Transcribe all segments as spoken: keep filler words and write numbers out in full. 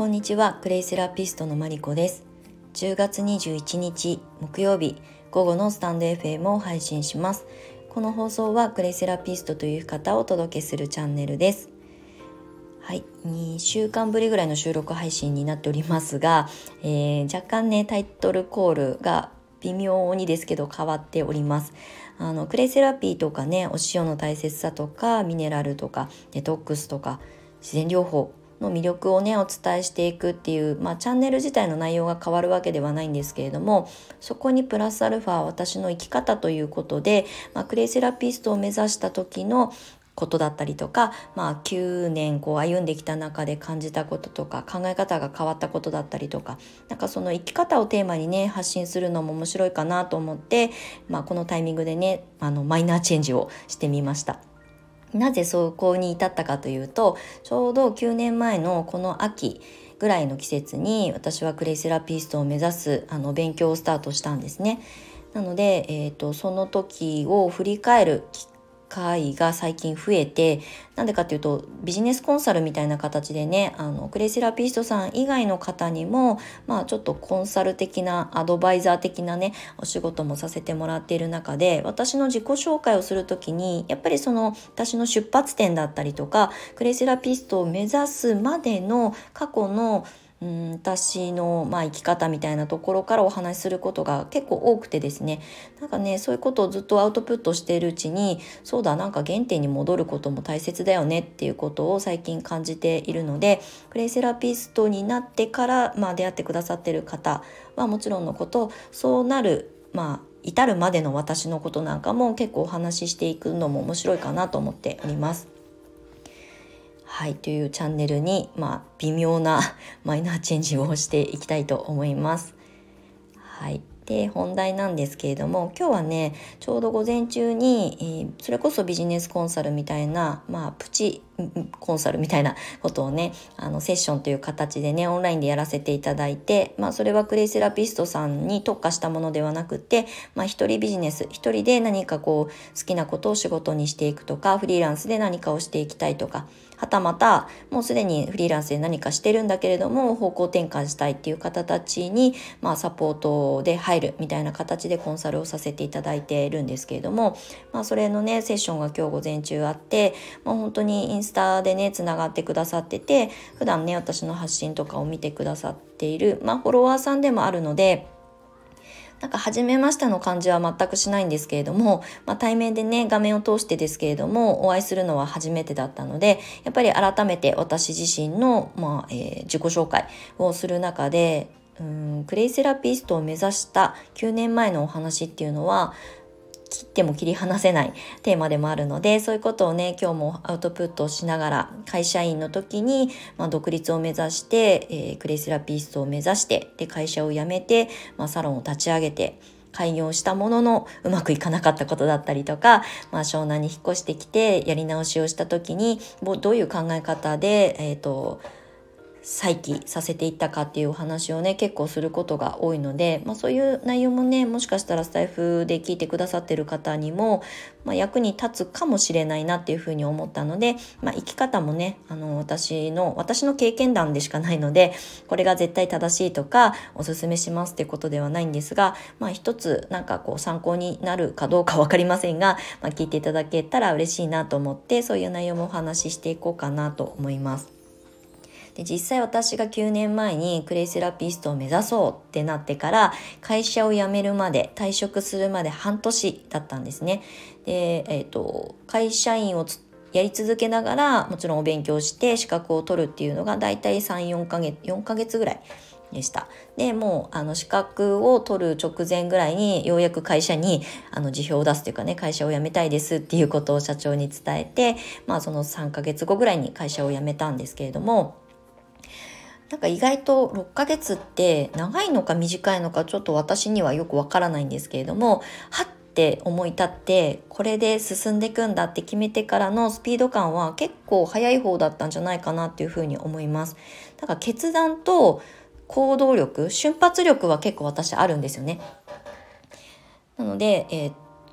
こんにちは、クレイセラピストのマリコです。じゅうがつにじゅういちにち木曜日午後のスタンド エフエム を配信します。この放送はクレイセラピストという方をお届けするチャンネルです。はい、にしゅうかんぶりぐらいの収録配信になっておりますが、えー、若干ねタイトルコールが微妙にですけど変わっております。あのクレイセラピーとかね、お塩の大切さとかミネラルとかデトックスとか自然療法の魅力をねお伝えしていくっていう、まあ、チャンネル自体の内容が変わるわけではないんですけれども、そこにプラスアルファ私の生き方ということで、まあ、クレイセラピストを目指した時のことだったりとか、まあ、きゅうねんこう歩んできた中で感じたこととか考え方が変わったことだったりとか、なんかその生き方をテーマにね発信するのも面白いかなと思って、まあ、このタイミングでねあのマイナーチェンジをしてみました。なぜそこに至ったかというと、ちょうどきゅうねんまえのこの秋ぐらいの季節に私はクレイセラピストを目指すあの勉強をスタートしたんですね。なので、えーと、その時を振り返るきっ会が最近増えて、なんでかっていうとビジネスコンサルみたいな形でね、あのクレイセラピストさん以外の方にも、まあ、ちょっとコンサル的なアドバイザー的なねお仕事もさせてもらっている中で、私の自己紹介をするときにやっぱりその私の出発点だったりとか、クレイセラピストを目指すまでの過去のうん、私の、まあ、生き方みたいなところからお話しすることが結構多くてですね、なんかねそういうことをずっとアウトプットしているうちに、そうだ、なんか原点に戻ることも大切だよねっていうことを最近感じているので、クレイセラピストになってから、まあ、出会ってくださっている方はもちろんのこと、そうなる、まあ、至るまでの私のことなんかも結構お話ししていくのも面白いかなと思っております。はい、というチャンネルに、まあ、微妙なマイナーチェンジをしていきたいと思います。はい、で本題なんですけれども、今日はねちょうど午前中に、えー、それこそビジネスコンサルみたいな、まあ、プチコンサルみたいなことをね、あのセッションという形でねオンラインでやらせていただいて、まあ、それはクレイセラピストさんに特化したものではなくて、まあ、一人ビジネス一人で何かこう好きなことを仕事にしていくとか、フリーランスで何かをしていきたいとか、はたまたもうすでにフリーランスで何かしてるんだけれども方向転換したいっていう方たちに、まあ、サポートで入るみたいな形でコンサルをさせていただいているんですけれども、まあ、それのねセッションが今日午前中あって、まあ、本当にインスタでねつながってくださってて、普段ね私の発信とかを見てくださっている、まあ、フォロワーさんでもあるので、なんか初めましての感じは全くしないんですけれども、まあ、対面でね画面を通してですけれどもお会いするのは初めてだったので、やっぱり改めて私自身の、まあえー、自己紹介をする中で、うんクレイセラピストを目指したきゅうねんまえのお話っていうのは切っても切り離せないテーマでもあるので、そういうことをね今日もアウトプットをしながら、会社員の時に、まあ、独立を目指して、えー、クレイセラピストを目指してで会社を辞めて、まあ、サロンを立ち上げて開業したもののうまくいかなかったことだったりとか、まあ、湘南に引っ越してきてやり直しをした時にどういう考え方で、えーと再起させていったかっていうお話をね結構することが多いので、まあ、そういう内容もねもしかしたらスタイフで聞いてくださってる方にも、まあ、役に立つかもしれないなっていうふうに思ったので、まあ、生き方もねあの私の私の経験談でしかないので、これが絶対正しいとかおすすめしますっていうことではないんですが、まあ、一つなんかこう参考になるかどうか分かりませんが、まあ、聞いていただけたら嬉しいなと思って、そういう内容もお話ししていこうかなと思います。で実際私がきゅうねんまえにクレイセラピストを目指そうってなってから会社を辞めるまで、退職するまで半年だったんですね。で、えーと、会社員をやり続けながらもちろんお勉強して資格を取るっていうのがだいたいさん、よんかげつよんかげつぐらいでした。でもうあの資格を取る直前ぐらいにようやく会社にあの辞表を出すというかね、会社を辞めたいですっていうことを社長に伝えて、まあそのさんかげつごぐらいに会社を辞めたんですけれども、なんか意外とろっかげつって長いのか短いのかちょっと私にはよくわからないんですけれども、はって思い立ってこれで進んでいくんだって決めてからのスピード感は結構早い方だったんじゃないかなっていうふうに思います。だから決断と行動力、瞬発力は結構私あるんですよね。なので、えーっ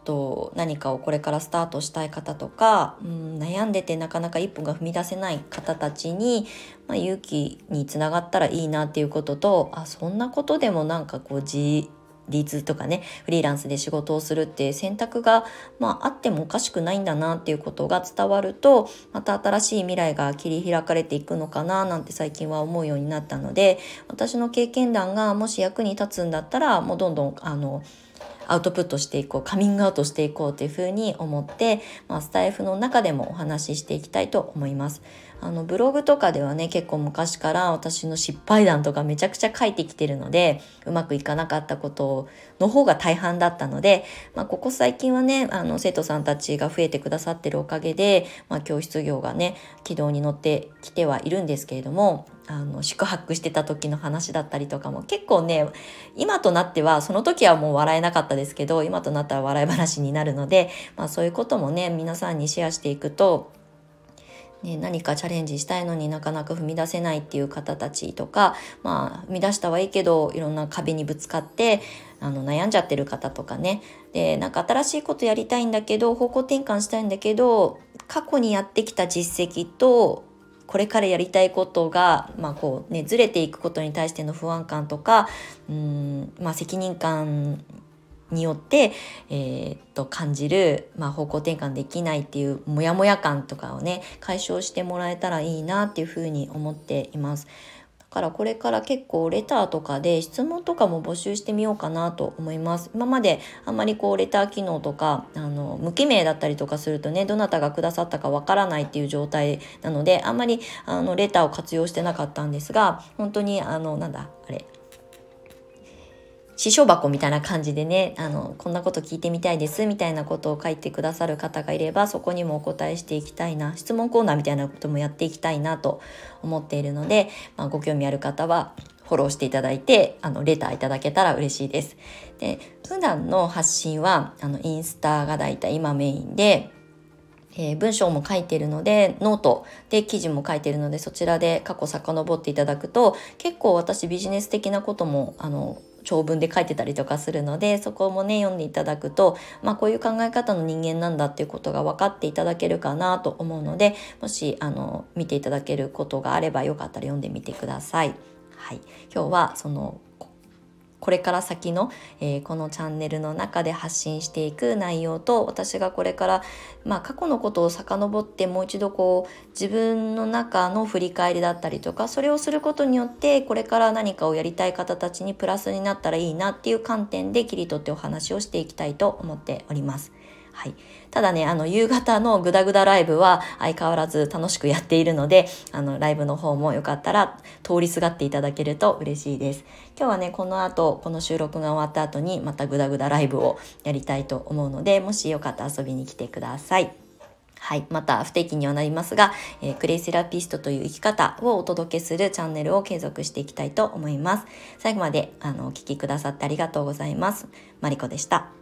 と何かをこれからスタートしたい方とか、うん、悩んでてなかなか一歩が踏み出せない方たちに、まあ、勇気につながったらいいなっていうことと、あ、そんなことでもなんかこう自立とかね、フリーランスで仕事をするっていう選択が、まあ、あってもおかしくないんだなっていうことが伝わると、また新しい未来が切り開かれていくのかななんて最近は思うようになったので、私の経験談がもし役に立つんだったら、もうどんどんあのアウトプットしていこう、カミングアウトしていこうというふうに思って、まあ、スタイフの中でもお話ししていきたいと思います。あのブログとかではね、結構昔から私の失敗談とかめちゃくちゃ書いてきてるので、うまくいかなかったことの方が大半だったので、まあ、ここ最近はね、あの生徒さんたちが増えてくださってるおかげで、まあ、教室業がね軌道に乗ってきてはいるんですけれども、あの宿泊してた時の話だったりとかも結構ね、今となっては、その時はもう笑えなかったですけど、今となったら笑い話になるので、まあ、そういうこともね皆さんにシェアしていくと、ね、何かチャレンジしたいのになかなか踏み出せないっていう方たちとか、まあ、踏み出したはいいけどいろんな壁にぶつかってあの悩んじゃってる方とかね、でなんか新しいことやりたいんだけど、方向転換したいんだけど、過去にやってきた実績とこれからやりたいことが、まあこうね、ずれていくことに対しての不安感とか、うーん、まあ、責任感によって、えー、っと感じる、まあ、方向転換できないっていうモヤモヤ感とかをね解消してもらえたらいいなっていうふうに思っています。だからこれから結構レターとかで質問とかも募集してみようかなと思います。今まであんまりこうレター機能とかあの無記名だったりとかするとね、どなたがくださったかわからないっていう状態なので、あんまりあのレターを活用してなかったんですが、本当にあのなんだあれ支証箱みたいな感じでね、あのこんなこと聞いてみたいですみたいなことを書いてくださる方がいれば、そこにもお答えしていきたいな、質問コーナーみたいなこともやっていきたいなと思っているので、まあ、ご興味ある方はフォローしていただいて、あのレターいただけたら嬉しいです。で、普段の発信はあのインスタがだいたい今メインで、えー、文章も書いているので、ノートで記事も書いているので、そちらで過去遡っていただくと、結構私ビジネス的なこともあの長文で書いてたりとかするので、そこもね読んでいただくと、まあ、こういう考え方の人間なんだっていうことが分かっていただけるかなと思うので、もしあの見ていただけることがあればよかったら読んでみてください。はい、今日はそのこれから先の、えー、このチャンネルの中で発信していく内容と、私がこれから、まあ、過去のことを遡ってもう一度こう自分の中の振り返りだったりとか、それをすることによってこれから何かをやりたい方たちにプラスになったらいいなっていう観点で切り取ってお話をしていきたいと思っております。はい、ただね、あの夕方のグダグダライブは相変わらず楽しくやっているので、あのライブの方もよかったら通りすがっていただけると嬉しいです。今日はね、この後この収録が終わった後にまたグダグダライブをやりたいと思うので、もしよかったら遊びに来てください。はい、また不定期にはなりますが、えー、クレイセラピストという生き方をお届けするチャンネルを継続していきたいと思います。最後まであのお聞きくださってありがとうございます。マリコでした。